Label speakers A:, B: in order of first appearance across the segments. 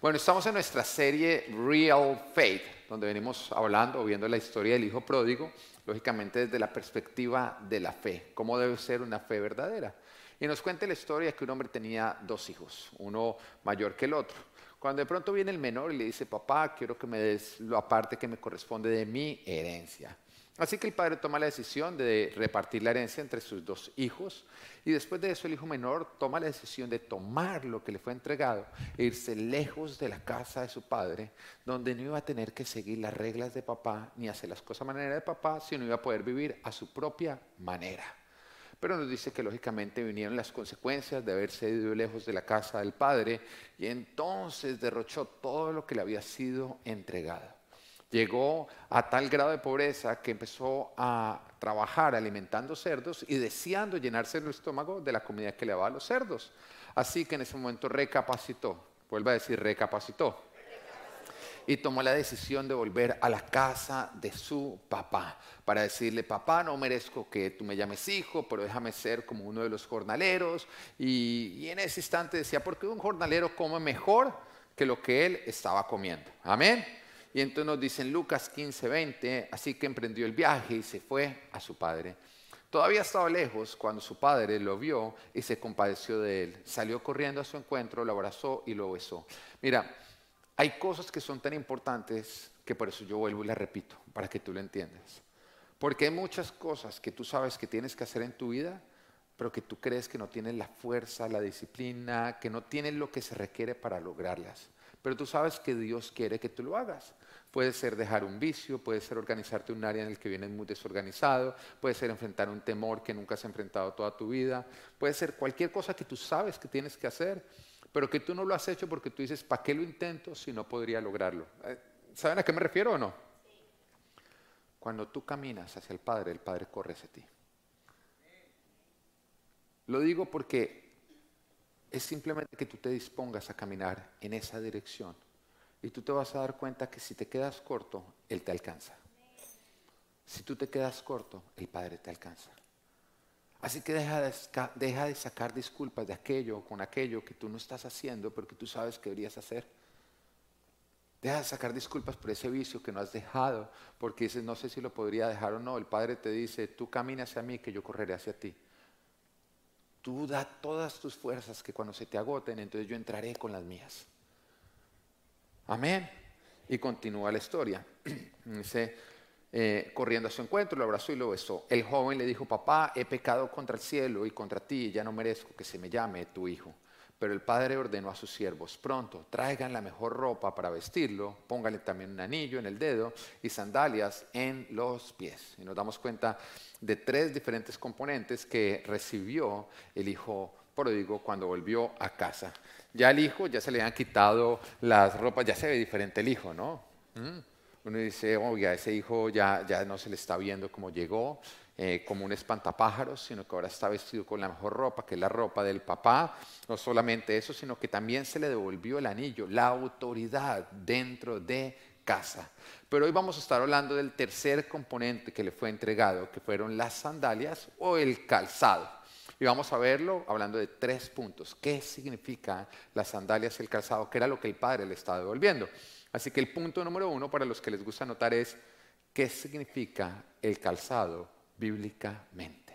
A: Bueno, estamos en nuestra serie Real Faith, donde venimos hablando o viendo la historia del hijo pródigo, lógicamente desde la perspectiva de la fe, cómo debe ser una fe verdadera. Y nos cuenta la historia que un hombre tenía dos hijos, uno mayor que el otro. Cuando de pronto viene el menor y le dice, papá, quiero que me des la parte que me corresponde de mi herencia. Así que el padre toma la decisión de repartir la herencia entre sus dos hijos y después de eso el hijo menor toma la decisión de tomar lo que le fue entregado e irse lejos de la casa de su padre, donde no iba a tener que seguir las reglas de papá ni hacer las cosas a manera de papá, sino iba a poder vivir a su propia manera. Pero nos dice que lógicamente vinieron las consecuencias de haberse ido lejos de la casa del padre y entonces derrochó todo lo que le había sido entregado. Llegó a tal grado de pobreza que empezó a trabajar alimentando cerdos y deseando llenarse el estómago de la comida que le daba a los cerdos. Así que en ese momento recapacitó, vuelve a decir recapacitó, y tomó la decisión de volver a la casa de su papá para decirle, papá, no merezco que tú me llames hijo, pero déjame ser como uno de los jornaleros. Y en ese instante decía, ¿por qué un jornalero come mejor que lo que él estaba comiendo? Amén. Y entonces nos dice en Lucas 15:20, así que emprendió el viaje y se fue a su padre. Todavía estaba lejos cuando su padre lo vio y se compadeció de él. Salió corriendo a su encuentro, lo abrazó y lo besó. Mira, hay cosas que son tan importantes que por eso yo vuelvo y las repito, para que tú lo entiendas. Porque hay muchas cosas que tú sabes que tienes que hacer en tu vida, pero que tú crees que no tienes la fuerza, la disciplina, que no tienes lo que se requiere para lograrlas. Pero tú sabes que Dios quiere que tú lo hagas. Puede ser dejar un vicio, puede ser organizarte en un área en el que vienes muy desorganizado, puede ser enfrentar un temor que nunca has enfrentado toda tu vida, puede ser cualquier cosa que tú sabes que tienes que hacer, pero que tú no lo has hecho porque tú dices, ¿para qué lo intento si no podría lograrlo? ¿Saben a qué me refiero o no? Cuando tú caminas hacia el Padre corre hacia ti. Lo digo porque es simplemente que tú te dispongas a caminar en esa dirección y tú te vas a dar cuenta que si te quedas corto, Él te alcanza. Si tú te quedas corto, el Padre te alcanza. Así que deja de sacar disculpas de aquello con aquello que tú no estás haciendo, pero que tú sabes que deberías hacer. Deja de sacar disculpas por ese vicio que no has dejado, porque dices, no sé si lo podría dejar o no. El Padre te dice, tú camina hacia mí, que yo correré hacia ti. Tú da todas tus fuerzas, que cuando se te agoten, entonces yo entraré con las mías. Amén. Y continúa la historia. Dice, corriendo a su encuentro, lo abrazó y lo besó. El joven le dijo, papá, he pecado contra el cielo y contra ti, y ya no merezco que se me llame tu hijo. Pero el padre ordenó a sus siervos, pronto, traigan la mejor ropa para vestirlo, pónganle también un anillo en el dedo y sandalias en los pies. Y nos damos cuenta de tres diferentes componentes que recibió el hijo pródigo cuando volvió a casa. Ya el hijo, ya se le han quitado las ropas, ya se ve diferente el hijo, ¿no? Uno dice, oiga, ese hijo ya no se le está viendo como llegó, como un espantapájaros, sino que ahora está vestido con la mejor ropa, que es la ropa del papá. No solamente eso, sino que también se le devolvió el anillo, la autoridad dentro de casa. Pero hoy vamos a estar hablando del tercer componente que le fue entregado, que fueron las sandalias o el calzado. Y vamos a verlo hablando de 3 puntos. ¿Qué significa las sandalias y el calzado? ¿Qué era lo que el padre le estaba devolviendo? Así que el punto número 1 para los que les gusta anotar es ¿qué significa el calzado bíblicamente?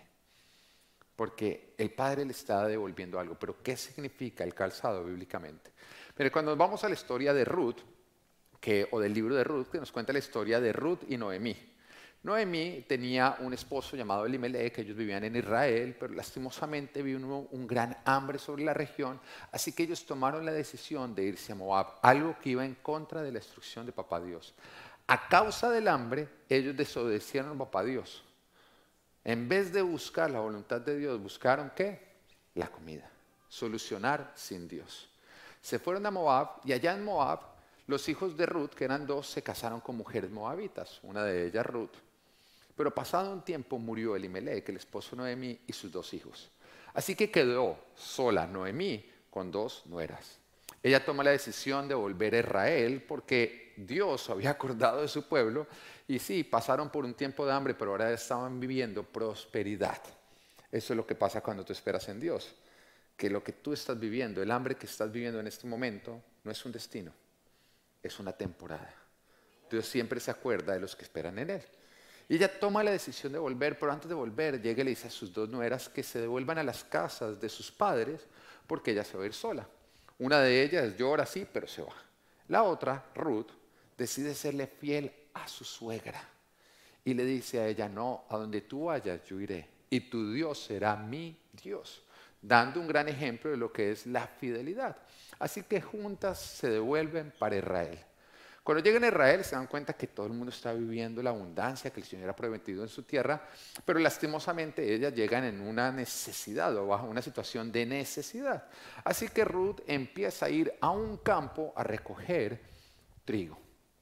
A: Porque el padre le está devolviendo algo, pero ¿qué significa el calzado bíblicamente? Pero cuando vamos a la historia de Ruth, o del libro de Ruth, que nos cuenta la historia de Ruth y Noemí. Noemí tenía un esposo llamado Elimelech, ellos vivían en Israel, pero lastimosamente vino un gran hambre sobre la región, así que ellos tomaron la decisión de irse a Moab, algo que iba en contra de la instrucción de Papá Dios. A causa del hambre, ellos desobedecieron a Papá Dios. En vez de buscar la voluntad de Dios, buscaron ¿qué? La comida, solucionar sin Dios. Se fueron a Moab y allá en Moab, los hijos de Ruth, que eran 2, se casaron con mujeres moabitas, una de ellas Ruth. Pero pasado un tiempo murió Elimelech, el esposo de Noemí, y sus 2 hijos. Así que quedó sola Noemí con 2 nueras. Ella toma la decisión de volver a Israel porque Dios había acordado de su pueblo y sí, pasaron por un tiempo de hambre, pero ahora estaban viviendo prosperidad. Eso es lo que pasa cuando tú esperas en Dios, que lo que tú estás viviendo, el hambre que estás viviendo en este momento, no es un destino, es una temporada. Dios siempre se acuerda de los que esperan en Él. Y ella toma la decisión de volver, pero antes de volver llega y le dice a sus dos nueras que se devuelvan a las casas de sus padres porque ella se va a ir sola. Una de ellas llora, sí, pero se va. La otra, Ruth, decide serle fiel a su suegra y le dice a ella, no, a donde tú vayas yo iré y tu Dios será mi Dios, dando un gran ejemplo de lo que es la fidelidad. Así que juntas se devuelven para Israel. Cuando llegan a Israel se dan cuenta que todo el mundo está viviendo la abundancia que el Señor ha prometido en su tierra, pero lastimosamente ellas llegan en una necesidad o bajo una situación de necesidad. Así que Ruth empieza a ir a un campo a recoger trigo.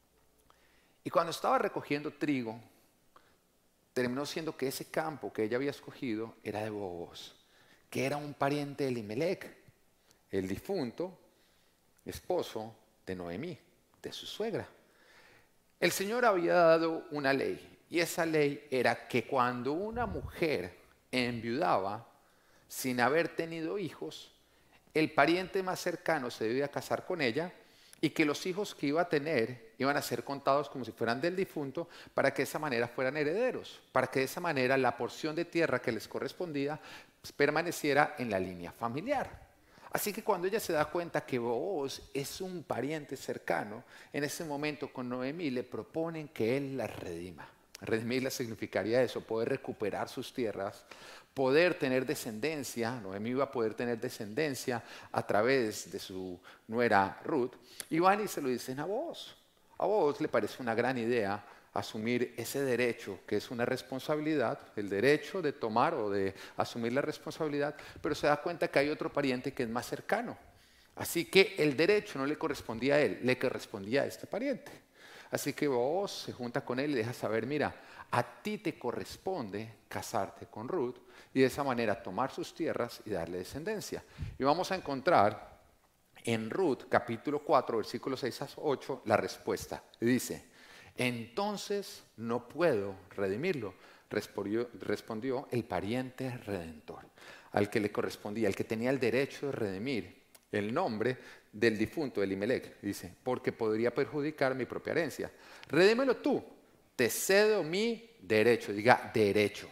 A: Y cuando estaba recogiendo trigo, terminó siendo que ese campo que ella había escogido era de Booz, que era un pariente de Elimelec, el difunto esposo de Noemí, de su suegra. El Señor había dado una ley, y esa ley era que cuando una mujer enviudaba sin haber tenido hijos, el pariente más cercano se debía casar con ella y que los hijos que iba a tener iban a ser contados como si fueran del difunto para que de esa manera fueran herederos, para que de esa manera la porción de tierra que les correspondía permaneciera en la línea familiar. Así que cuando ella se da cuenta que Booz es un pariente cercano, en ese momento con Noemí le proponen que él la redima. Redimirla significaría eso, poder recuperar sus tierras, poder tener descendencia. Noemí iba a poder tener descendencia a través de su nuera Ruth. Y van y se lo dicen a Booz. A Booz le parece una gran idea asumir ese derecho, que es una responsabilidad, el derecho de tomar o de asumir la responsabilidad, pero se da cuenta que hay otro pariente que es más cercano. Así que el derecho no le correspondía a él, le correspondía a este pariente. Así que Booz se junta con él y le deja saber, mira, a ti te corresponde casarte con Ruth y de esa manera tomar sus tierras y darle descendencia. Y vamos a encontrar en Ruth capítulo 4, versículos 6 a 8, la respuesta. Y dice, entonces no puedo redimirlo, respondió el pariente redentor, al que le correspondía, al que tenía el derecho de redimir el nombre del difunto Elimelec. Dice, porque podría perjudicar mi propia herencia. Redímelo tú, te cedo mi derecho. Diga, derecho.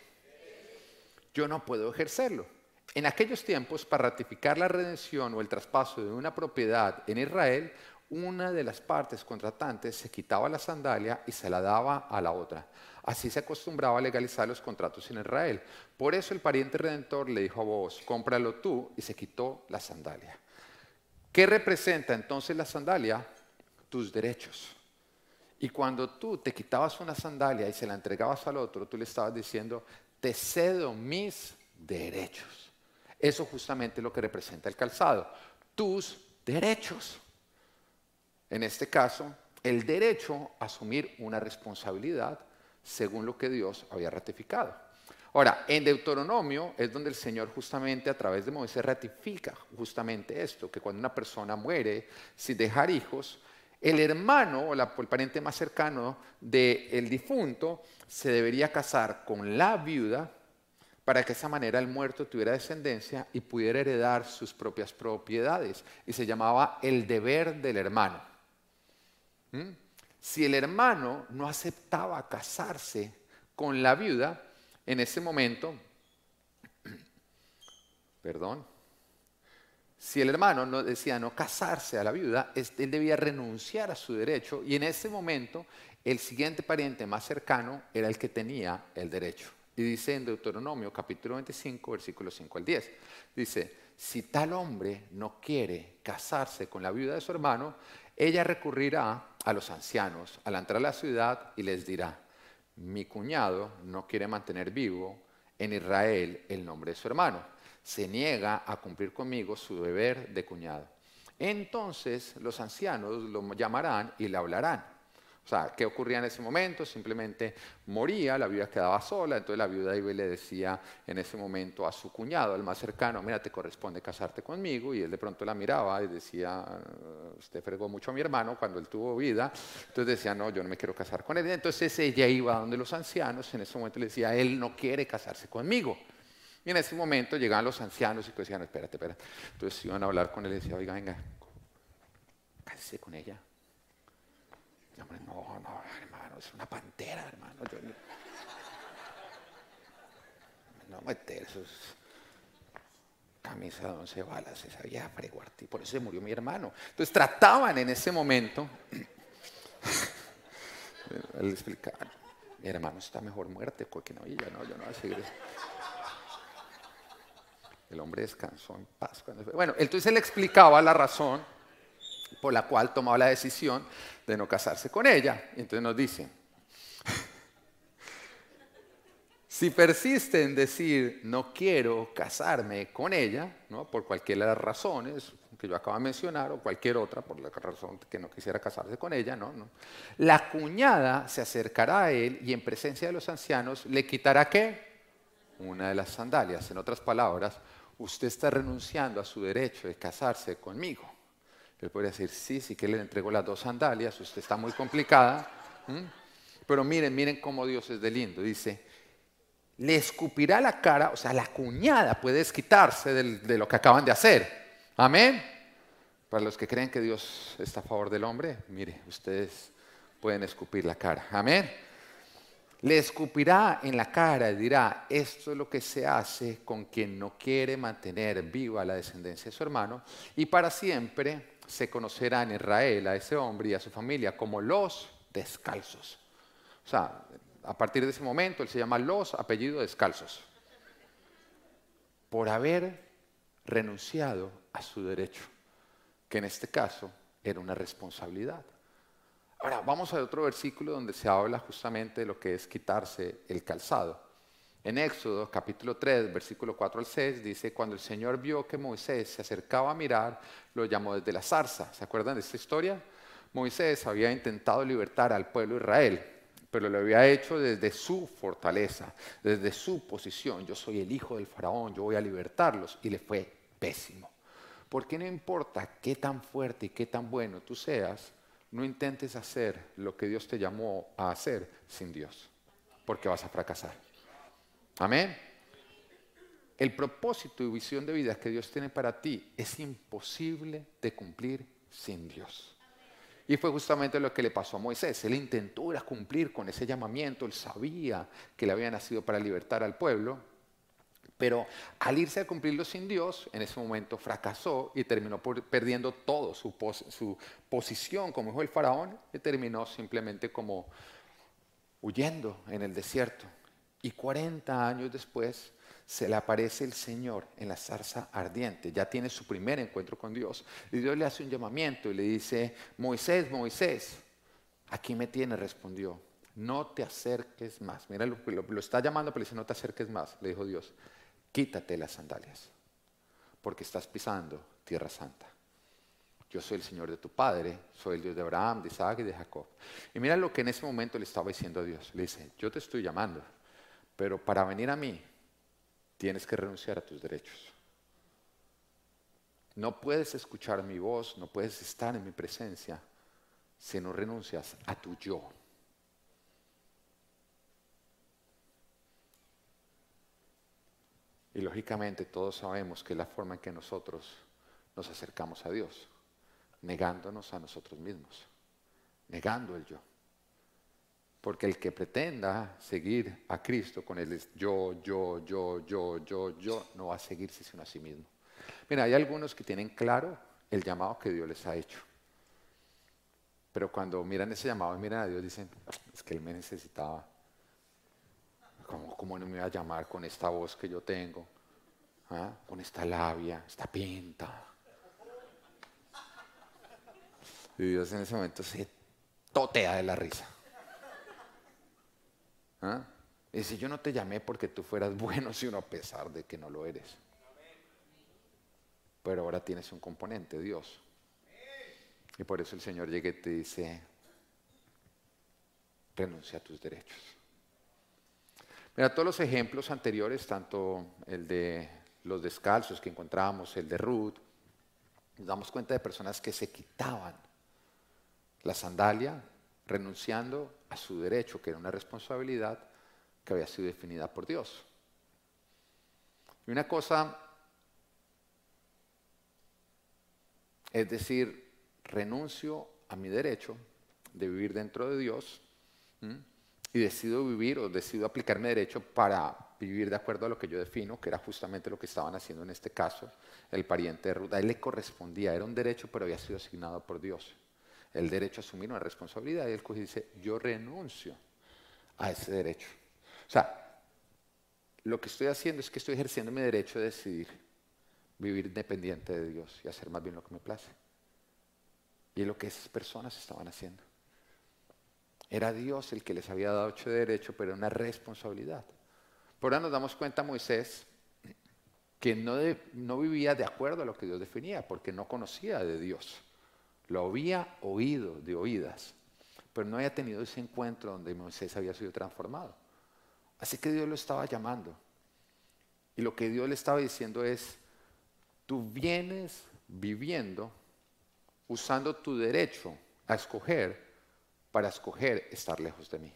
A: Yo no puedo ejercerlo. En aquellos tiempos, para ratificar la redención o el traspaso de una propiedad en Israel, una de las partes contratantes se quitaba la sandalia y se la daba a la otra. Así se acostumbraba a legalizar los contratos en Israel. Por eso el pariente redentor le dijo a Booz, cómpralo tú, y se quitó la sandalia. ¿Qué representa entonces la sandalia? Tus derechos. Y cuando tú te quitabas una sandalia y se la entregabas al otro, tú le estabas diciendo, te cedo mis derechos. Eso justamente es lo que representa el calzado, tus derechos. En este caso, el derecho a asumir una responsabilidad según lo que Dios había ratificado. Ahora, en Deuteronomio es donde el Señor justamente a través de Moisés ratifica justamente esto, que cuando una persona muere sin dejar hijos, el hermano o el pariente más cercano del difunto se debería casar con la viuda para que de esa manera el muerto tuviera descendencia y pudiera heredar sus propias propiedades. Y se llamaba el deber del hermano. Si el hermano no aceptaba casarse con la viuda, en ese momento, si el hermano no decía no casarse a la viuda, él debía renunciar a su derecho y en ese momento el siguiente pariente más cercano era el que tenía el derecho. Y dice en Deuteronomio capítulo 25, versículos 5 al 10, dice, si tal hombre no quiere casarse con la viuda de su hermano, ella recurrirá a los ancianos al entrar a la ciudad y les dirá, mi cuñado no quiere mantener vivo en Israel el nombre de su hermano. Se niega a cumplir conmigo su deber de cuñado. Entonces los ancianos lo llamarán y le hablarán. O sea, ¿qué ocurría en ese momento? Simplemente moría, la viuda quedaba sola, entonces la viuda iba y le decía en ese momento a su cuñado, al más cercano, mira, te corresponde casarte conmigo, y él de pronto la miraba y decía, usted fregó mucho a mi hermano cuando él tuvo vida, entonces decía, no, yo no me quiero casar con él, entonces ella iba donde los ancianos, en ese momento le decía, él no quiere casarse conmigo. Y en ese momento llegaban los ancianos y decían, no, espérate. Entonces iban a hablar con él y decían, oiga, venga, cásese con ella. Y el hombre, no, no, hermano, es una pantera, hermano. Yo no meter esos camisa de 11 balas, esa vieja freguarti, por eso se murió mi hermano. Entonces trataban en ese momento, él explicaba, mi hermano está mejor muerte, porque no, y ya no, yo no voy a seguir. El hombre descansó en paz. Bueno, entonces él explicaba la razón por la cual tomaba la decisión de no casarse con ella. Y entonces nos dice, si persiste en decir no quiero casarme con ella, ¿no? Por cualquiera de las razones que yo acabo de mencionar o cualquier otra por la razón que no quisiera casarse con ella, ¿no? La cuñada se acercará a él y en presencia de los ancianos le quitará ¿qué? Una de las sandalias. En otras palabras, usted está renunciando a su derecho de casarse conmigo. Él podría decir, sí, sí que le entrego las 2 sandalias, usted está muy complicada. Pero miren cómo Dios es de lindo. Dice, le escupirá la cara, o sea, la cuñada puede desquitarse de lo que acaban de hacer. Amén. Para los que creen que Dios está a favor del hombre, mire, ustedes pueden escupir la cara. Amén. Le escupirá en la cara y dirá, esto es lo que se hace con quien no quiere mantener viva la descendencia de su hermano, y para siempre se conocerá en Israel a ese hombre y a su familia como los descalzos. O sea, a partir de ese momento él se llama los apellidos descalzos, por haber renunciado a su derecho, que en este caso era una responsabilidad. Ahora, vamos a otro versículo donde se habla justamente de lo que es quitarse el calzado. En Éxodo, capítulo 3, versículo 4 al 6, dice, cuando el Señor vio que Moisés se acercaba a mirar, lo llamó desde la zarza. ¿Se acuerdan de esta historia? Moisés había intentado libertar al pueblo de Israel, pero lo había hecho desde su fortaleza, desde su posición. Yo soy el hijo del faraón, yo voy a libertarlos, y le fue pésimo. Porque no importa qué tan fuerte y qué tan bueno tú seas, no intentes hacer lo que Dios te llamó a hacer sin Dios, porque vas a fracasar. Amén. El propósito y visión de vida que Dios tiene para ti es imposible de cumplir sin Dios. Y fue justamente lo que le pasó a Moisés. Él intentó ir a cumplir con ese llamamiento, él sabía que le había nacido para libertar al pueblo, pero al irse a cumplirlo sin Dios, en ese momento fracasó y terminó perdiendo todo, su posición como hijo del faraón, y terminó simplemente como huyendo en el desierto. Y 40 años después se le aparece el Señor en la zarza ardiente, ya tiene su primer encuentro con Dios, y Dios le hace un llamamiento y le dice, Moisés, Moisés, aquí me tienes, respondió, no te acerques más. Mira, lo está llamando, pero le dice, no te acerques más, le dijo Dios. Quítate las sandalias, porque estás pisando tierra santa. Yo soy el Señor de tu padre, soy el Dios de Abraham, de Isaac y de Jacob. Y mira lo que en ese momento le estaba diciendo a Dios. Le dice, yo te estoy llamando, pero para venir a mí tienes que renunciar a tus derechos. No puedes escuchar mi voz, no puedes estar en mi presencia si no renuncias a tu yo. Y lógicamente todos sabemos que es la forma en que nosotros nos acercamos a Dios, negándonos a nosotros mismos, negando el yo. Porque el que pretenda seguir a Cristo con el yo, no va a seguirse sino a sí mismo. Mira, hay algunos que tienen claro el llamado que Dios les ha hecho. Pero cuando miran ese llamado y miran a Dios, dicen, es que Él me necesitaba. ¿Cómo no me va a llamar con esta voz que yo tengo? ¿Ah? Con esta labia, esta pinta. Y Dios en ese momento se totea de la risa. ¿Ah? Y dice, yo no te llamé porque tú fueras bueno, sino a pesar de que no lo eres. Pero ahora tienes un componente, Dios. Y por eso el Señor llega y te dice, renuncia a tus derechos. Mira, todos los ejemplos anteriores, tanto el de los descalzos que encontramos, el de Ruth, nos damos cuenta de personas que se quitaban la sandalia renunciando a su derecho, que era una responsabilidad que había sido definida por Dios. Y una cosa es decir renuncio a mi derecho de vivir dentro de Dios, ¿m? Y decido vivir o decido aplicar mi derecho para vivir de acuerdo a lo que yo defino, que era justamente lo que estaban haciendo en este caso el pariente de Ruth. A él le correspondía, era un derecho, pero había sido asignado por Dios. El derecho a asumir una responsabilidad, y él coge y dice, yo renuncio a ese derecho. O sea, lo que estoy haciendo es que estoy ejerciendo mi derecho de decidir vivir independiente de Dios y hacer más bien lo que me place. Y es lo que esas personas estaban haciendo. Era Dios el que les había dado ese derecho, pero era una responsabilidad. Por ahora nos damos cuenta, Moisés, que no vivía de acuerdo a lo que Dios definía, porque no conocía de Dios. Lo había oído de oídas, pero no había tenido ese encuentro donde Moisés había sido transformado. Así que Dios lo estaba llamando. Y lo que Dios le estaba diciendo es, tú vienes viviendo usando tu derecho a escoger para escoger estar lejos de mí.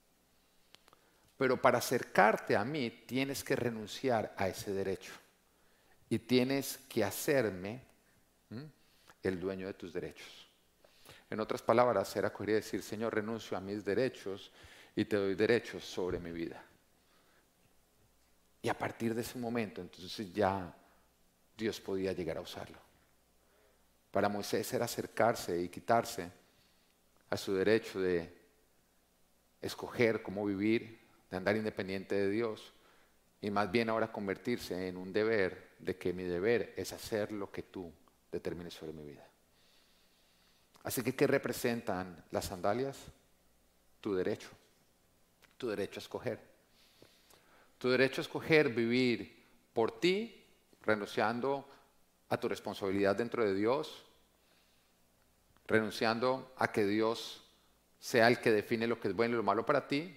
A: Pero para acercarte a mí tienes que renunciar a ese derecho y tienes que hacerme el dueño de tus derechos. En otras palabras, era coger y decir, Señor, renuncio a mis derechos y te doy derechos sobre mi vida. Y a partir de ese momento, entonces ya Dios podía llegar a usarlo. Para Moisés era acercarse y quitarse a su derecho de escoger cómo vivir, de andar independiente de Dios, y más bien ahora convertirse en un deber, de que mi deber es hacer lo que tú determines sobre mi vida. Así que, ¿qué representan las sandalias? Tu derecho a escoger. Tu derecho a escoger vivir por ti, renunciando a tu responsabilidad dentro de Dios, renunciando a que Dios sea el que define lo que es bueno y lo malo para ti,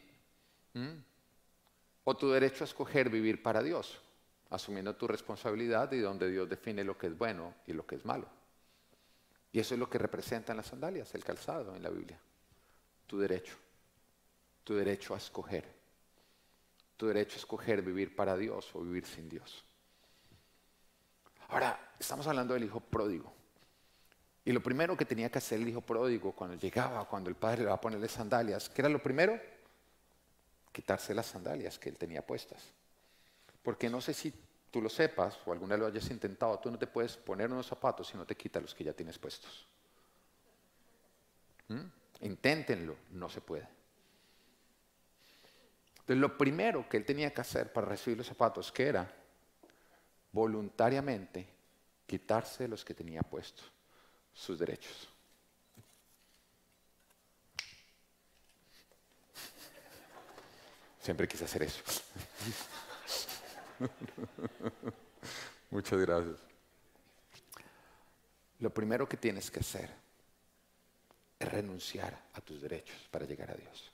A: o tu derecho a escoger vivir para Dios, asumiendo tu responsabilidad y donde Dios define lo que es bueno y lo que es malo. Y eso es lo que representan las sandalias, el calzado en la Biblia. Tu derecho a escoger. Tu derecho a escoger vivir para Dios o vivir sin Dios. Ahora, estamos hablando del hijo pródigo. Y lo primero que tenía que hacer el hijo pródigo cuando llegaba, cuando el padre le va a ponerle sandalias, ¿qué era lo primero? Quitarse las sandalias que él tenía puestas. Porque no sé si tú lo sepas o alguna vez lo hayas intentado, tú no te puedes poner unos zapatos si no te quitas los que ya tienes puestos. Inténtenlo, no se puede. Entonces lo primero que él tenía que hacer para recibir los zapatos, ¿qué era? Voluntariamente quitarse los que tenía puestos, sus derechos. Siempre quise hacer eso. Muchas gracias. Lo primero que tienes que hacer es renunciar a tus derechos para llegar a Dios.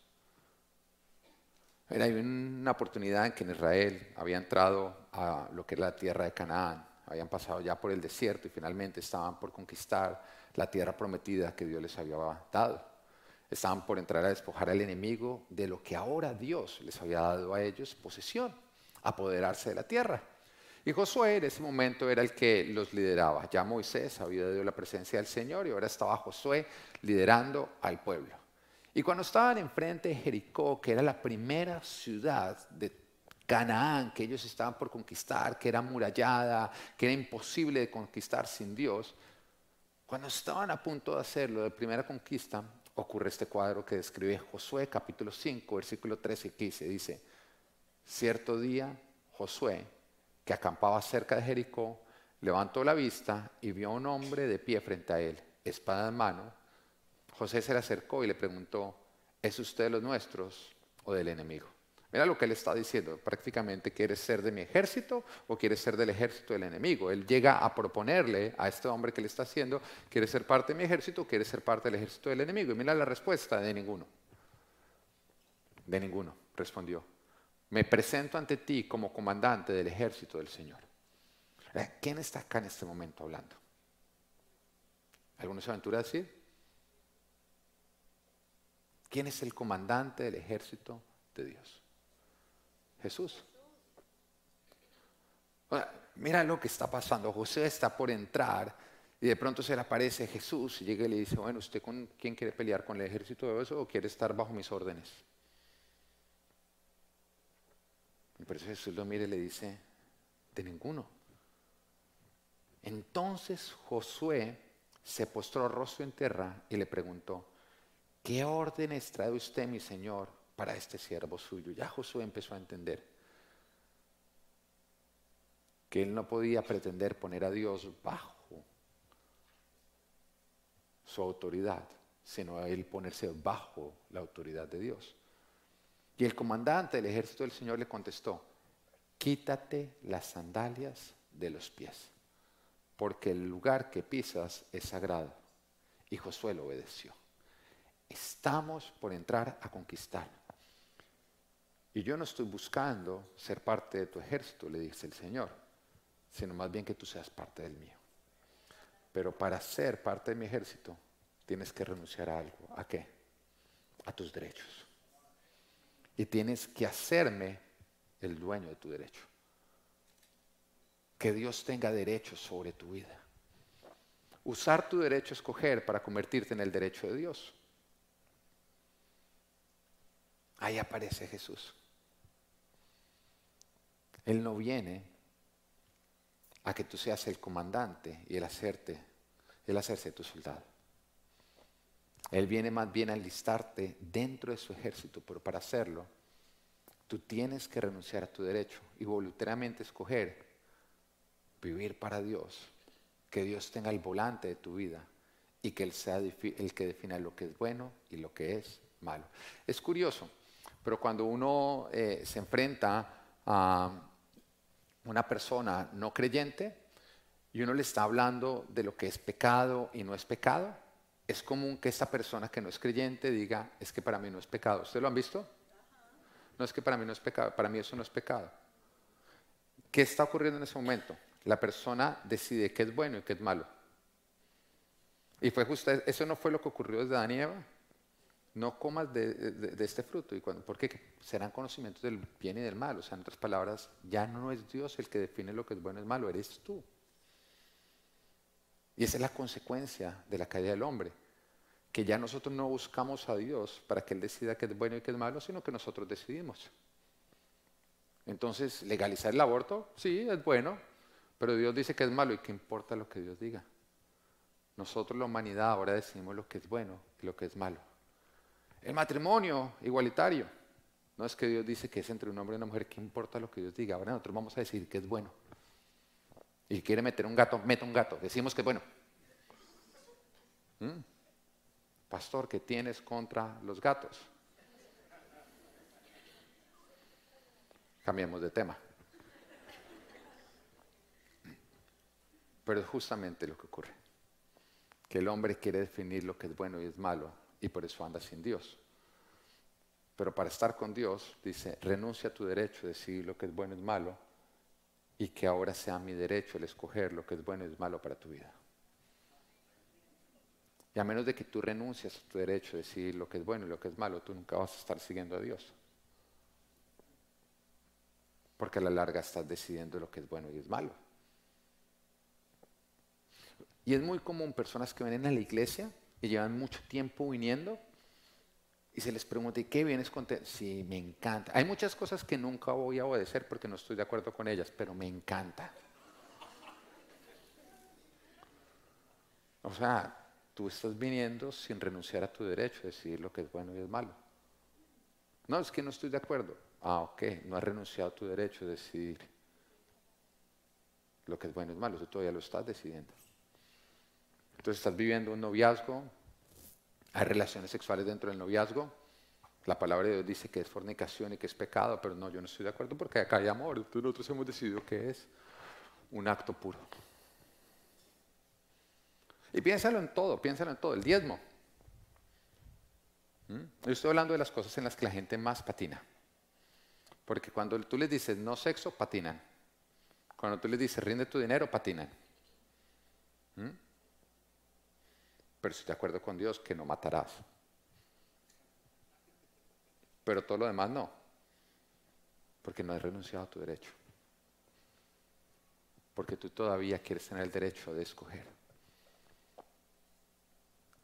A: Hay una oportunidad en que en Israel había entrado a lo que es la tierra de Canaán. Habían pasado ya por el desierto y finalmente estaban por conquistar la tierra prometida que Dios les había dado. Estaban por entrar a despojar al enemigo de lo que ahora Dios les había dado a ellos, posesión, apoderarse de la tierra. Y Josué en ese momento era el que los lideraba. Ya Moisés había dado la presencia del Señor y ahora estaba Josué liderando al pueblo. Y cuando estaban enfrente de Jericó, que era la primera ciudad de Canaán que ellos estaban por conquistar, que era amurallada, que era imposible de conquistar sin Dios, cuando estaban a punto de hacerlo, de primera conquista, ocurre este cuadro que describe Josué, capítulo 5, versículo 13 y 15. Dice, cierto día Josué, que acampaba cerca de Jericó, levantó la vista y vio a un hombre de pie frente a él, espada en mano. José se le acercó y le preguntó, ¿es usted de los nuestros o del enemigo? Mira lo que él está diciendo, prácticamente, ¿quieres ser de mi ejército o quieres ser del ejército del enemigo? Él llega a proponerle a este hombre que le está haciendo, ¿quieres ser parte de mi ejército o quieres ser parte del ejército del enemigo? Y mira la respuesta, de ninguno. De ninguno, respondió. Me presento ante ti como comandante del ejército del Señor. ¿Quién está acá en este momento hablando? ¿Alguno se aventura a decir? ¿Quién es el comandante del ejército de Dios? Jesús. Mira lo que está pasando. José está por entrar Y de pronto se le aparece Jesús y llega y le dice, bueno, ¿usted con quién quiere pelear? ¿Con el ejército de eso o quiere estar bajo mis órdenes? Y por eso Jesús lo mira y le dice, de ninguno. Entonces Josué se postró rostro en tierra y le preguntó, ¿qué órdenes trae usted, mi señor, para este siervo suyo? Ya Josué empezó a entender que él no podía pretender poner a Dios bajo su autoridad, sino a él ponerse bajo la autoridad de Dios. Y el comandante del ejército del Señor le contestó, quítate las sandalias de los pies, porque el lugar que pisas es sagrado. Y Josué lo obedeció. Estamos por entrar a conquistar. Y yo no estoy buscando ser parte de tu ejército, le dice el Señor, sino más bien que tú seas parte del mío. Pero para ser parte de mi ejército, tienes que renunciar a algo. ¿A qué? A tus derechos. Y tienes que hacerme el dueño de tu derecho. Que Dios tenga derechos sobre tu vida. Usar tu derecho a escoger para convertirte en el derecho de Dios. Ahí aparece Jesús. Él no viene a que tú seas el comandante y el hacerse tu soldado. Él viene más bien a enlistarte dentro de su ejército, pero para hacerlo, tú tienes que renunciar a tu derecho y voluntariamente escoger vivir para Dios, que Dios tenga el volante de tu vida y que Él sea el que defina lo que es bueno y lo que es malo. Es curioso, pero cuando uno se enfrenta a una persona no creyente y uno le está hablando de lo que es pecado y no es pecado, es común que esta persona que no es creyente diga, es que para mí no es pecado. ¿Ustedes lo han visto? No, es que para mí no es pecado, para mí eso no es pecado. ¿Qué está ocurriendo en ese momento? La persona decide qué es bueno y qué es malo. Y fue justo, eso no fue lo que ocurrió desde Adán y Eva. No comas de este fruto. Porque serán conocimientos del bien y del mal. O sea, en otras palabras, ya no es Dios el que define lo que es bueno y es malo, eres tú. Y esa es la consecuencia de la caída del hombre. Que ya nosotros no buscamos a Dios para que Él decida qué es bueno y qué es malo, sino que nosotros decidimos. Entonces, legalizar el aborto, sí, es bueno, pero Dios dice que es malo y qué importa lo que Dios diga. Nosotros, la humanidad, ahora decidimos lo que es bueno y lo que es malo. El matrimonio igualitario, no es que Dios dice que es entre un hombre y una mujer, qué importa lo que Dios diga. Ahora nosotros vamos a decir que es bueno. Y si quiere meter un gato, meta un gato, decimos que es bueno. Pastor, ¿qué tienes contra los gatos? Cambiemos de tema. Pero es justamente lo que ocurre. Que el hombre quiere definir lo que es bueno y es malo y por eso anda sin Dios. Pero para estar con Dios, dice, renuncia a tu derecho de decidir lo que es bueno y es malo y que ahora sea mi derecho el escoger lo que es bueno y es malo para tu vida. Y a menos de que tú renuncies a tu derecho de decidir lo que es bueno y lo que es malo, tú nunca vas a estar siguiendo a Dios. Porque a la larga estás decidiendo lo que es bueno y es malo. Y es muy común personas que vienen a la iglesia y llevan mucho tiempo viniendo y se les pregunta, ¿y qué vienes contento? Sí, me encanta. Hay muchas cosas que nunca voy a obedecer porque no estoy de acuerdo con ellas, pero me encanta. O sea, tú estás viniendo sin renunciar a tu derecho de decidir lo que es bueno y es malo. No, es que no estoy de acuerdo. Ah, ok, no has renunciado a tu derecho de decidir lo que es bueno y es malo, tú todavía lo estás decidiendo. Entonces estás viviendo un noviazgo, hay relaciones sexuales dentro del noviazgo, la palabra de Dios dice que es fornicación y que es pecado, pero no, yo no estoy de acuerdo porque acá hay amor, entonces nosotros hemos decidido que es un acto puro. Y piénsalo en todo, el diezmo. Yo estoy hablando de las cosas en las que la gente más patina. Porque cuando tú les dices no sexo, patinan. Cuando tú les dices rinde tu dinero, patinan. Pero estoy de acuerdo con Dios que no matarás. Pero todo lo demás no. Porque no has renunciado a tu derecho. Porque tú todavía quieres tener el derecho de escoger.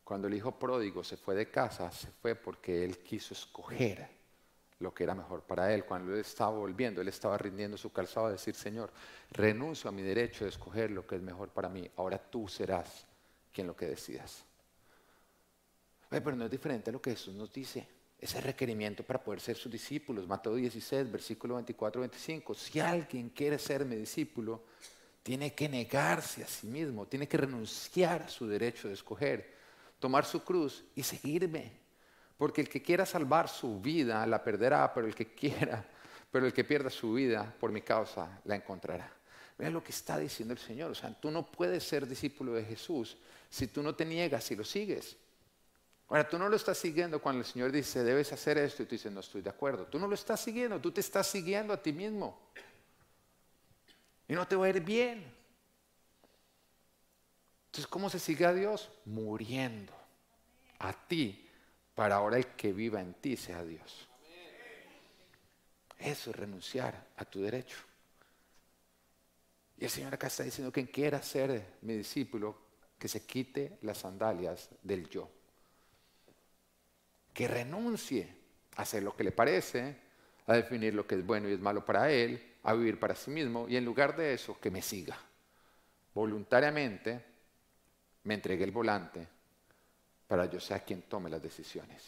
A: Cuando el hijo pródigo se fue de casa, se fue porque él quiso escoger lo que era mejor para él. Cuando él estaba volviendo, él estaba rindiendo su calzado a decir, Señor, renuncio a mi derecho de escoger lo que es mejor para mí. Ahora tú serás quien lo que decidas. Pero no es diferente a lo que Jesús nos dice. Ese requerimiento para poder ser sus discípulos. Mateo 16, versículo 24-25. Si alguien quiere ser mi discípulo, tiene que negarse a sí mismo, tiene que renunciar a su derecho de escoger, tomar su cruz y seguirme. Porque el que quiera salvar su vida la perderá, pero el que pierda su vida por mi causa la encontrará. Mira lo que está diciendo el Señor. O sea, tú no puedes ser discípulo de Jesús si tú no te niegas y lo sigues. Ahora, tú no lo estás siguiendo cuando el Señor dice, debes hacer esto, y tú dices, no estoy de acuerdo. Tú no lo estás siguiendo, tú te estás siguiendo a ti mismo. Y no te va a ir bien. Entonces, ¿cómo se sigue a Dios? Muriendo a ti, para ahora el que viva en ti sea Dios. Eso es renunciar a tu derecho. Y el Señor acá está diciendo que quien quiera ser mi discípulo, que se quite las sandalias del yo. Que renuncie a hacer lo que le parece, a definir lo que es bueno y es malo para él, a vivir para sí mismo, y en lugar de eso, que me siga. Voluntariamente me entregué el volante para yo ser quien tome las decisiones.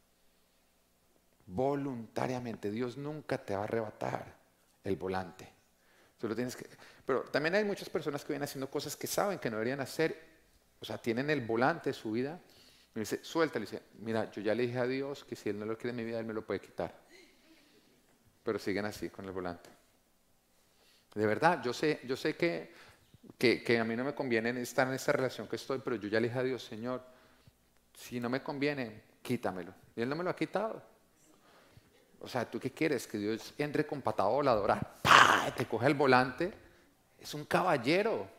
A: Voluntariamente, Dios nunca te va a arrebatar el volante. Tú lo tienes que... Pero también hay muchas personas que vienen haciendo cosas que saben que no deberían hacer, o sea, tienen el volante de su vida. Me dice, suéltalo. Y dice, mira, yo ya le dije a Dios que si Él no lo quiere en mi vida, Él me lo puede quitar. Pero siguen así con el volante. De verdad, yo sé que a mí no me conviene estar en esta relación que estoy, pero yo ya le dije a Dios, Señor, si no me conviene, quítamelo. Y Él no me lo ha quitado. O sea, ¿tú qué quieres? Que Dios entre con patada voladora, ¡pah!, te coge el volante. Es un caballero.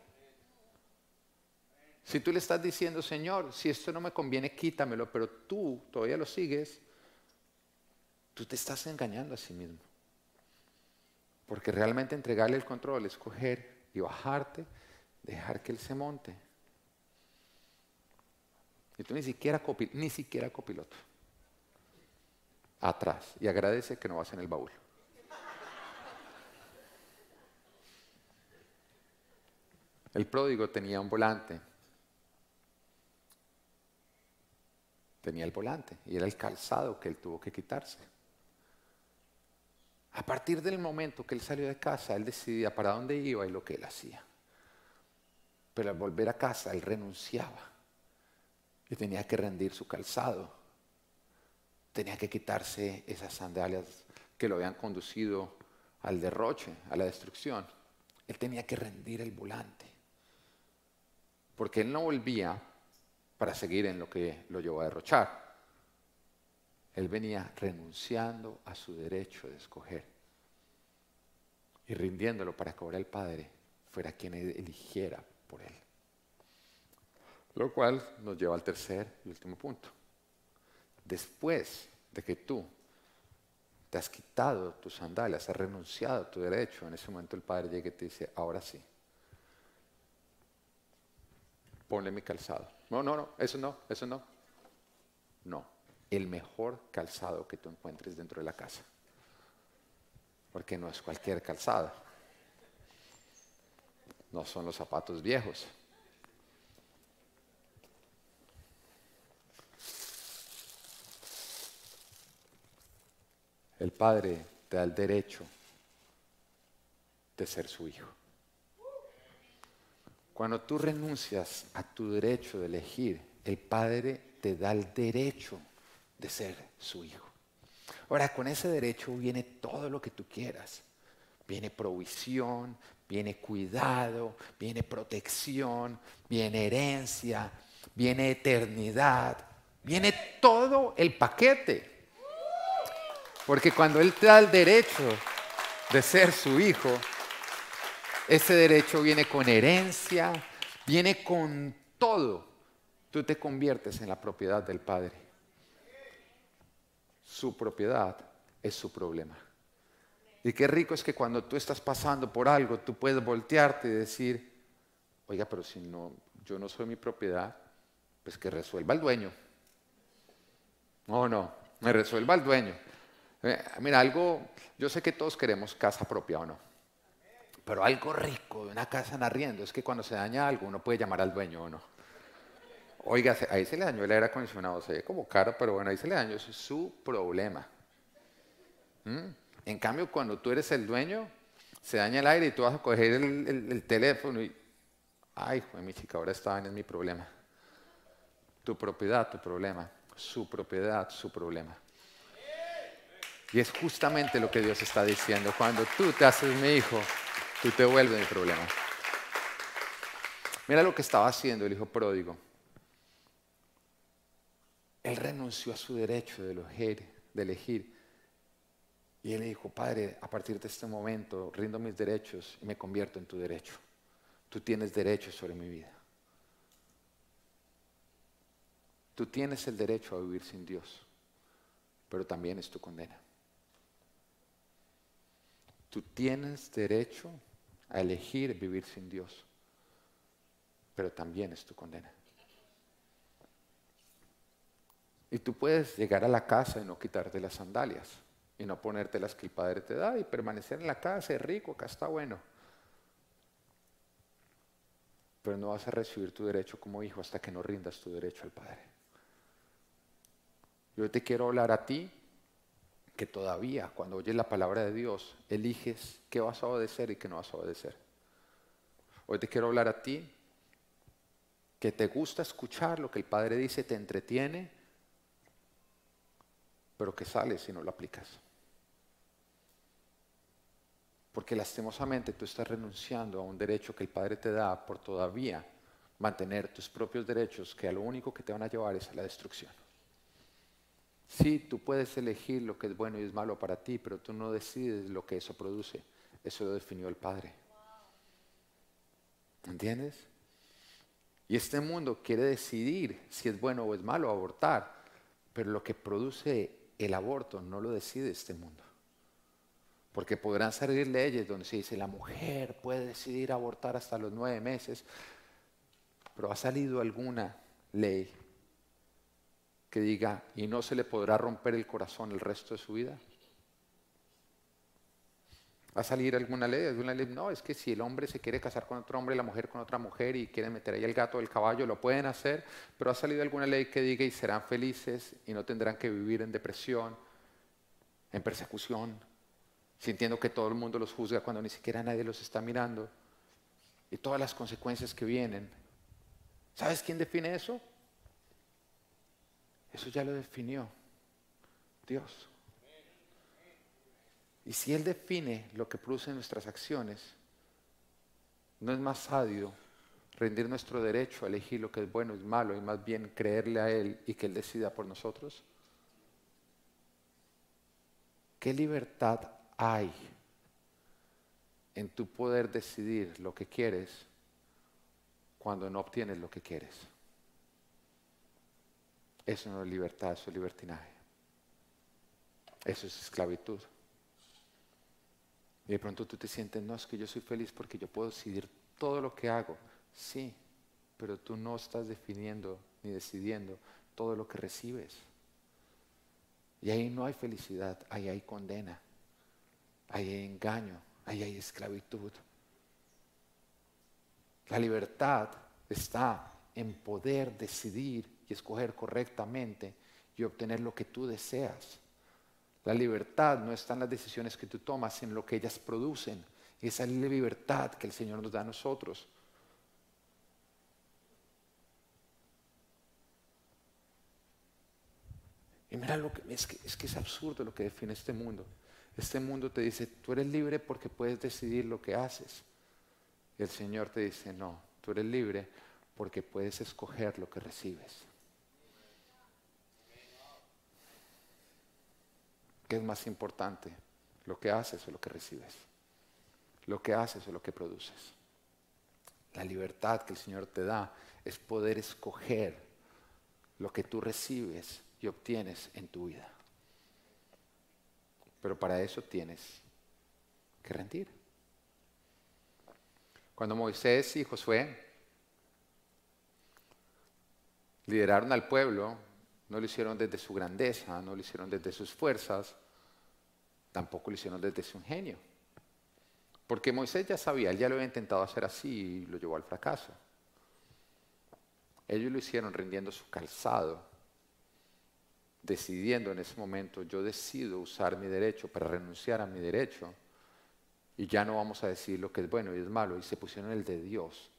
A: Si tú le estás diciendo, Señor, si esto no me conviene, quítamelo, pero tú todavía lo sigues, tú te estás engañando a sí mismo. Porque realmente entregarle el control, escoger y bajarte, dejar que Él se monte. Y tú ni siquiera copiloto. Atrás. Y agradece que no vas en el baúl. El pródigo tenía un volante. Tenía el volante y era el calzado que él tuvo que quitarse. A partir del momento que él salió de casa, él decidía para dónde iba y lo que él hacía. Pero al volver a casa, él renunciaba y tenía que rendir su calzado. Tenía que quitarse esas sandalias que lo habían conducido al derroche, a la destrucción. Él tenía que rendir el volante. Porque él no volvía para seguir en lo que lo llevó a derrochar. Él venía renunciando a su derecho de escoger y rindiéndolo para que ahora el Padre fuera quien eligiera por él. Lo cual nos lleva al tercer y último punto. Después de que tú te has quitado tus sandalias, has renunciado a tu derecho, en ese momento el Padre llega y te dice, ahora sí, ponle mi calzado. No, eso no. No, el mejor calzado que tú encuentres dentro de la casa. Porque no es cualquier calzado. No son los zapatos viejos. El Padre te da el derecho de ser su hijo. Cuando tú renuncias a tu derecho de elegir, el Padre te da el derecho de ser su hijo. Ahora, con ese derecho viene todo lo que tú quieras. Viene provisión, viene cuidado, viene protección, viene herencia, viene eternidad, viene todo el paquete. Porque cuando Él te da el derecho de ser su hijo, ese derecho viene con herencia, viene con todo. Tú te conviertes en la propiedad del Padre. Su propiedad es su problema. Y qué rico es que cuando tú estás pasando por algo, tú puedes voltearte y decir, oiga, pero si no, yo no soy mi propiedad, Pues que resuelva el dueño. No, me resuelva el dueño. Mira, algo, yo sé que todos queremos casa propia o no, pero algo rico de una casa en arriendo es que cuando se daña algo uno puede llamar al dueño o no. Oiga, ahí se le dañó el aire acondicionado, se ve como caro, pero bueno, ahí se le dañó, eso es su problema. En cambio, cuando tú eres el dueño, se daña el aire y tú vas a coger el teléfono y, ay, joder, mi chica, ahora esta vaina es mi problema. Tu propiedad, tu problema. Su propiedad, su problema. Y es justamente lo que Dios está diciendo. Cuando tú te haces mi hijo, tú te vuelves mi problema. Mira lo que estaba haciendo el hijo pródigo. Él renunció a su derecho de elegir. Y él le dijo, Padre, a partir de este momento rindo mis derechos y me convierto en tu derecho. Tú tienes derechos sobre mi vida. Tú tienes el derecho a vivir sin Dios, pero también es tu condena. Tú tienes derecho a elegir vivir sin Dios, pero también es tu condena. Y tú puedes llegar a la casa y no quitarte las sandalias y no ponerte las que el Padre te da y permanecer en la casa, es rico, acá está bueno. Pero no vas a recibir tu derecho como hijo hasta que no rindas tu derecho al Padre. Yo te quiero hablar a ti que todavía cuando oyes la palabra de Dios eliges qué vas a obedecer y qué no vas a obedecer. Hoy te quiero hablar a ti que te gusta escuchar lo que el Padre dice, te entretiene, pero que sales y no lo aplicas. Porque lastimosamente tú estás renunciando a un derecho que el Padre te da por todavía mantener tus propios derechos que a lo único que te van a llevar es a la destrucción. Sí, tú puedes elegir lo que es bueno y es malo para ti, pero tú no decides lo que eso produce. Eso lo definió el Padre. ¿Entiendes? Y este mundo quiere decidir si es bueno o es malo abortar, pero lo que produce el aborto no lo decide este mundo. Porque podrán salir leyes donde se dice la mujer puede decidir abortar hasta los 9 meses, pero ¿ha salido alguna ley que diga y no se le podrá romper el corazón el resto de su vida? ¿Va a salir alguna ley? ¿Alguna ley? No, es que si el hombre se quiere casar con otro hombre, la mujer con otra mujer y quieren meter ahí el gato o el caballo, lo pueden hacer, pero ¿ha salido alguna ley que diga y serán felices y no tendrán que vivir en depresión, en persecución, sintiendo que todo el mundo los juzga cuando ni siquiera nadie los está mirando y todas las consecuencias que vienen? ¿Sabes quién define eso? Eso ya lo definió Dios. Y si Él define lo que producen nuestras acciones, ¿no es más sabio rendir nuestro derecho a elegir lo que es bueno y malo y más bien creerle a Él y que Él decida por nosotros? ¿Qué libertad hay en tu poder decidir lo que quieres cuando no obtienes lo que quieres? Eso no es libertad, eso es libertinaje. Eso es esclavitud. Y de pronto tú te sientes, no, es que yo soy feliz porque yo puedo decidir todo lo que hago. Sí, pero tú no estás definiendo ni decidiendo todo lo que recibes. Y ahí no hay felicidad, ahí hay condena, ahí hay engaño, ahí hay esclavitud. La libertad está en poder decidir y escoger correctamente y obtener lo que tú deseas. La libertad no está en las decisiones que tú tomas, sino en lo que ellas producen. Esa es la libertad que el Señor nos da a nosotros. Y mira, es que es absurdo lo que define este mundo. Este mundo te dice, tú eres libre porque puedes decidir lo que haces. Y el Señor te dice, no, tú eres libre porque puedes escoger lo que recibes. ¿Qué es más importante? ¿Lo que haces o lo que recibes? ¿Lo que haces o lo que produces? La libertad que el Señor te da es poder escoger lo que tú recibes y obtienes en tu vida. Pero para eso tienes que rendir. Cuando Moisés y Josué lideraron al pueblo, no lo hicieron desde su grandeza, no lo hicieron desde sus fuerzas, tampoco lo hicieron desde su ingenio. Porque Moisés ya sabía, él ya lo había intentado hacer así y lo llevó al fracaso. Ellos lo hicieron rindiendo su calzado, decidiendo en ese momento, yo decido usar mi derecho para renunciar a mi derecho y ya no vamos a decir lo que es bueno y es malo, y se pusieron el de Dios,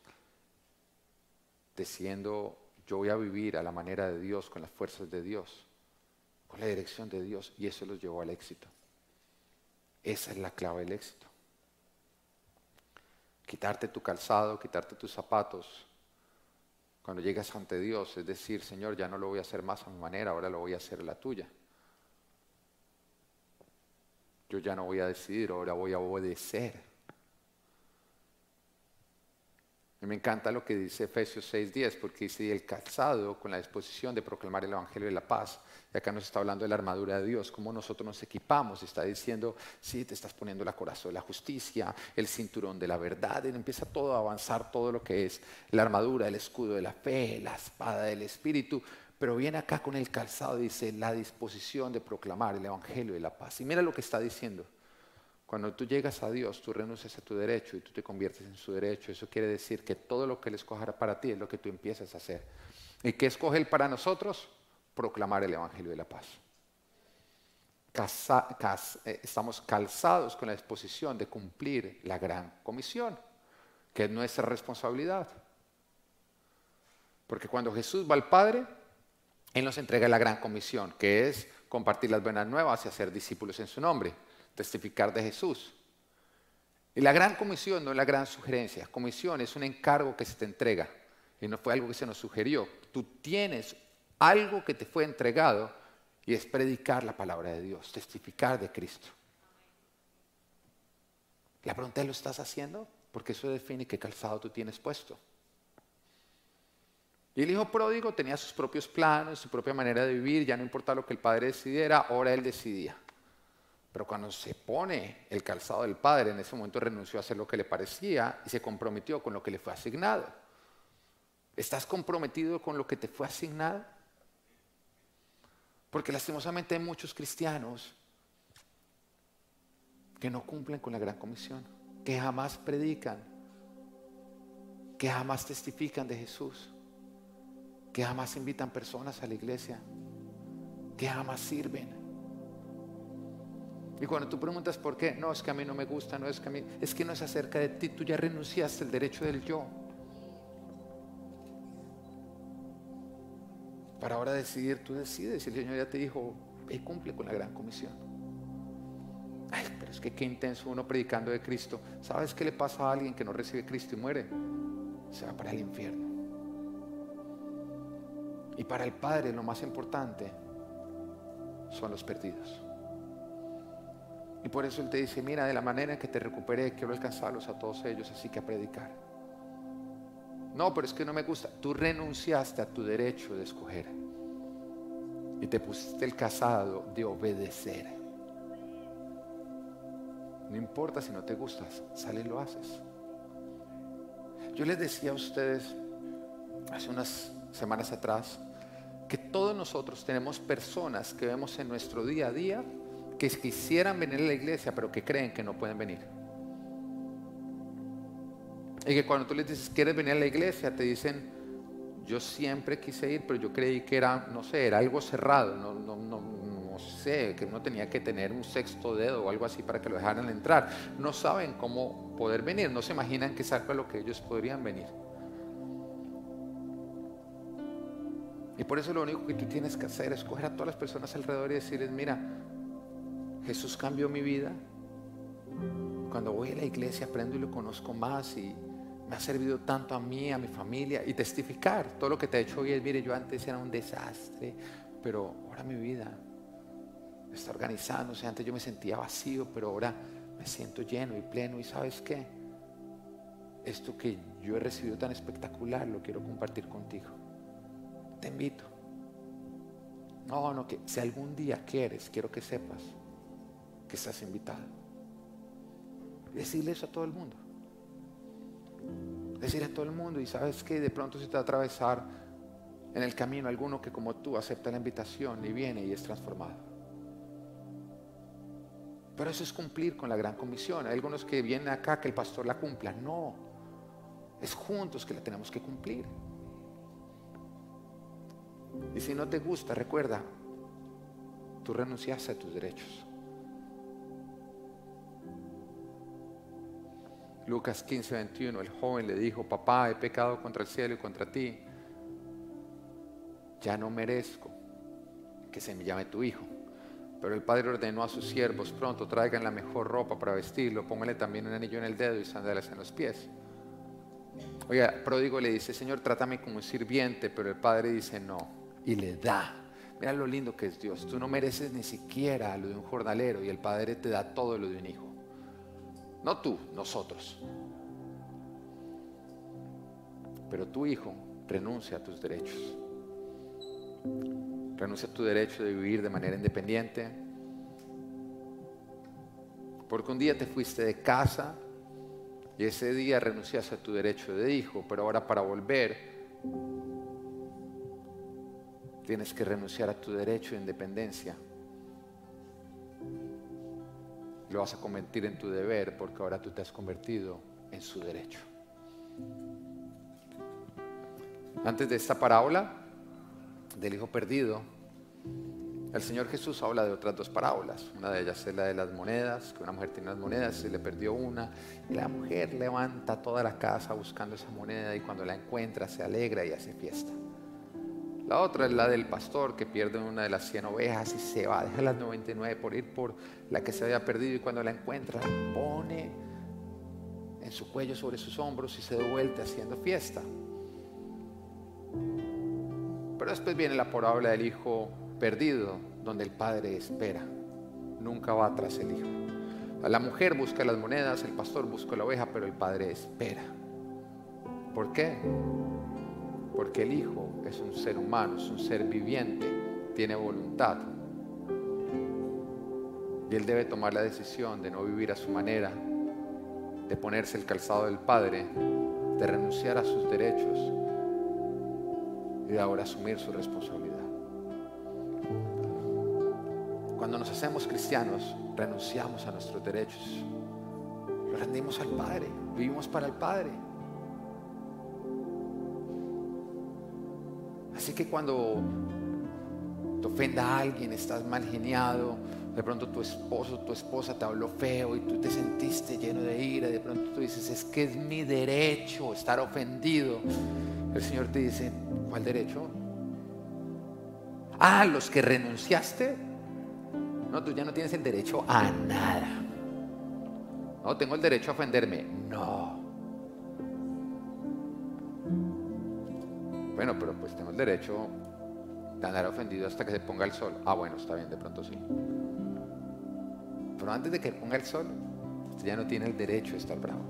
A: diciendo, yo voy a vivir a la manera de Dios, con las fuerzas de Dios, con la dirección de Dios, y eso los llevó al éxito. Esa es la clave del éxito. Quitarte tu calzado, quitarte tus zapatos, cuando llegas ante Dios, es decir, Señor, ya no lo voy a hacer más a mi manera, ahora lo voy a hacer a la tuya. Yo ya no voy a decidir, ahora voy a obedecer. Y me encanta lo que dice Efesios 6:10, porque dice, y el calzado con la disposición de proclamar el Evangelio de la paz. Y acá nos está hablando de la armadura de Dios, cómo nosotros nos equipamos. Está diciendo, sí, te estás poniendo la coraza de la justicia, el cinturón de la verdad, y empieza todo a avanzar, todo lo que es la armadura, el escudo de la fe, la espada del Espíritu. Pero viene acá con el calzado, dice, la disposición de proclamar el Evangelio de la paz. Y mira lo que está diciendo. Cuando tú llegas a Dios, tú renuncias a tu derecho y tú te conviertes en su derecho. Eso quiere decir que todo lo que Él escogerá para ti es lo que tú empiezas a hacer. ¿Y qué escoge Él para nosotros? Proclamar el Evangelio de la paz. Estamos calzados con la disposición de cumplir la gran comisión, que es nuestra responsabilidad. Porque cuando Jesús va al Padre, Él nos entrega la gran comisión, que es compartir las buenas nuevas y hacer discípulos en su nombre. Testificar de Jesús. Y la gran comisión no es la gran sugerencia. Comisión es un encargo que se te entrega y no fue algo que se nos sugirió. Tú tienes algo que te fue entregado y es predicar la palabra de Dios, testificar de Cristo. La pregunta es, ¿lo estás haciendo? Porque eso define qué calzado tú tienes puesto. Y el hijo pródigo tenía sus propios planos, su propia manera de vivir, ya no importaba lo que el padre decidiera, ahora él decidía. Pero cuando se pone el calzado del Padre, en ese momento renunció a hacer lo que le parecía y se comprometió con lo que le fue asignado. ¿Estás comprometido con lo que te fue asignado? Porque lastimosamente hay muchos cristianos que no cumplen con la gran comisión, que jamás predican, que jamás testifican de Jesús, que jamás invitan personas a la iglesia, que jamás sirven. Y cuando tú preguntas por qué, no, es que a mí no me gusta, no es que a mí, es que no es acerca de ti, tú ya renunciaste al derecho del yo. Para ahora decidir, tú decides, y el Señor ya te dijo, cumple con la gran comisión. Ay, pero es que qué intenso uno predicando de Cristo. ¿Sabes qué le pasa a alguien que no recibe Cristo y muere? Se va para el infierno. Y para el Padre lo más importante son los perdidos. Y por eso Él te dice, mira, de la manera en que te recuperé, quiero alcanzarlos a todos ellos, así que a predicar. No, pero es que no me gusta. Tú renunciaste a tu derecho de escoger y te pusiste el calzado de obedecer. No importa si no te gustas, sale y lo haces. Yo les decía a ustedes hace unas semanas atrás que todos nosotros tenemos personas que vemos en nuestro día a día que quisieran venir a la iglesia, pero que creen que no pueden venir. Y que cuando tú les dices, ¿quieres venir a la iglesia? Te dicen, yo siempre quise ir, pero yo creí que era, no sé, era algo cerrado, no sé, que uno tenía que tener un sexto dedo o algo así para que lo dejaran entrar. No saben cómo poder venir, no se imaginan que es algo a lo que ellos podrían venir. Y por eso lo único que tú tienes que hacer es coger a todas las personas alrededor y decirles, mira, Jesús cambió mi vida. Cuando voy a la iglesia aprendo y lo conozco más y me ha servido tanto a mí, a mi familia, y testificar todo lo que te ha hecho hoy es, mire, yo antes era un desastre, pero ahora mi vida está organizándose. Antes yo me sentía vacío, pero ahora me siento lleno y pleno. Y ¿sabes qué? Esto que yo he recibido tan espectacular lo quiero compartir contigo. Te invito. No, que si algún día quieres, quiero que sepas que estás invitado. Decirle eso a todo el mundo. Decirle a todo el mundo. Y sabes que de pronto se te va a atravesar en el camino alguno que como tú acepta la invitación y viene y es transformado. Pero eso es cumplir con la gran comisión. Hay algunos que vienen acá que el pastor la cumpla. No, es juntos que la tenemos que cumplir. Y si no te gusta, recuerda, tú renunciaste a tus derechos. Lucas 15:21, el joven le dijo: papá, he pecado contra el cielo y contra ti. Ya no merezco que se me llame tu hijo. Pero el padre ordenó a sus siervos: pronto traigan la mejor ropa para vestirlo, pónganle también un anillo en el dedo y sandalias en los pies. Oiga, pródigo le dice: Señor, trátame como un sirviente. Pero el padre dice: no, y le da. Mira lo lindo que es Dios. Tú no mereces ni siquiera lo de un jornalero y el padre te da todo lo de un hijo. No tú, nosotros. Pero tu hijo renuncia a tus derechos. Renuncia a tu derecho de vivir de manera independiente. Porque un día te fuiste de casa y ese día renunciaste a tu derecho de hijo. Pero ahora, para volver, tienes que renunciar a tu derecho de independencia. Lo vas a convertir en tu deber, porque ahora tú te has convertido en su derecho. Antes de esta parábola del hijo perdido, el Señor Jesús habla de otras dos parábolas. Una de ellas es la de las monedas, que una mujer tiene unas monedas y le perdió una, y la mujer levanta toda la casa buscando esa moneda, y cuando la encuentra se alegra y hace fiesta. La otra es la del pastor que pierde una de las 100 ovejas y se va, deja las 99 por ir por la que se había perdido, y cuando la encuentra la pone en su cuello, sobre sus hombros, y se da vuelta haciendo fiesta. Pero después viene la parábola del hijo perdido, donde el padre espera, nunca va tras el hijo. La mujer busca las monedas, el pastor busca la oveja, pero el padre espera. ¿Por qué? Porque el hijo es un ser humano, es un ser viviente, tiene voluntad. Y él debe tomar la decisión de no vivir a su manera, de ponerse el calzado del padre, de renunciar a sus derechos y de ahora asumir su responsabilidad. Cuando nos hacemos cristianos, renunciamos a nuestros derechos, lo rendimos al Padre, vivimos para el Padre. Así que cuando te ofenda a alguien, estás mal geniado, de pronto tu esposo, tu esposa te habló feo y tú te sentiste lleno de ira, de pronto tú dices: es que es mi derecho estar ofendido. El Señor te dice: ¿cuál derecho? Ah, los que renunciaste. No, tú ya no tienes el derecho a nada. No, tengo el derecho a ofenderme. No. Bueno, pero pues tengo el derecho de andar ofendido hasta que se ponga el sol. Ah, bueno, está bien, de pronto sí. Pero antes de que ponga el sol, usted ya no tiene el derecho de estar bravo.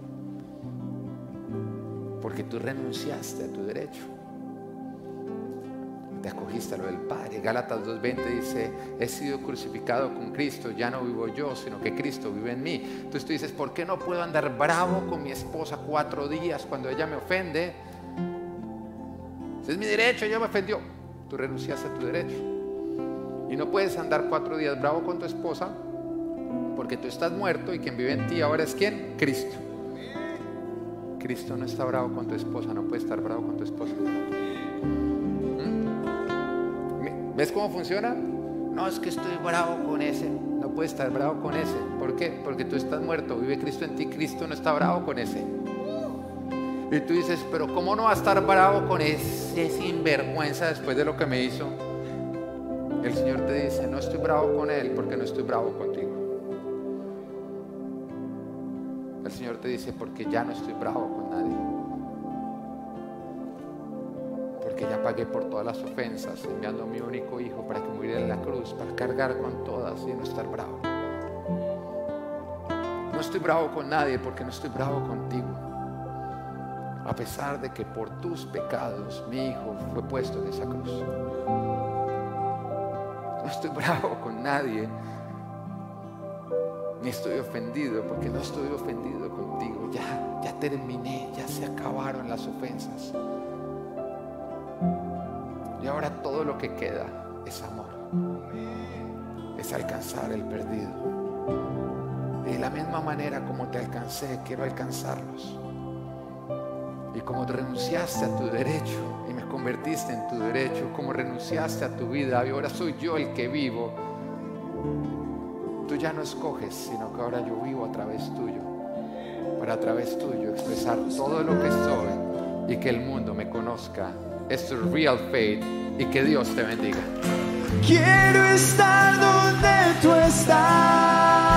A: Porque tú renunciaste a tu derecho. Te acogiste a lo del Padre. Gálatas 2:20 dice: he sido crucificado con Cristo, ya no vivo yo, sino que Cristo vive en mí. Entonces tú dices: ¿por qué no puedo andar bravo con mi esposa 4 días cuando ella me ofende? Ese es mi derecho, ella me ofendió. Tú renunciaste a tu derecho. Y no puedes andar 4 días bravo con tu esposa, porque tú estás muerto y quien vive en ti ahora es ¿quién? Cristo. Cristo no está bravo con tu esposa, no puede estar bravo con tu esposa. ¿Ves cómo funciona? No, es que estoy bravo con ese. No puedes estar bravo con ese. ¿Por qué? Porque tú estás muerto, vive Cristo en ti, Cristo no está bravo con ese. Y tú dices: pero ¿cómo no va a estar bravo con ese sinvergüenza después de lo que me hizo? El Señor te dice: no estoy bravo con él porque no estoy bravo contigo. El Señor te dice: porque ya no estoy bravo con nadie. Porque ya pagué por todas las ofensas, enviando a mi único hijo para que muriera en la cruz, para cargar con todas y no estar bravo. No estoy bravo con nadie porque no estoy bravo contigo. A pesar de que por tus pecados mi hijo fue puesto en esa cruz. No estoy bravo con nadie, ni estoy ofendido, porque no estoy ofendido contigo. Ya terminé, ya se acabaron las ofensas. ahora todo lo que queda es amor. Es alcanzar el perdido. Y de la misma manera como te alcancé, quiero alcanzarlos. Y como renunciaste a tu derecho y me convertiste en tu derecho, como renunciaste a tu vida y ahora soy yo el que vivo, tú ya no escoges, sino que ahora yo vivo a través tuyo, para a través tuyo expresar todo lo que soy y que el mundo me conozca. Esto es Real Faith y que Dios te bendiga.
B: Quiero estar donde tú estás.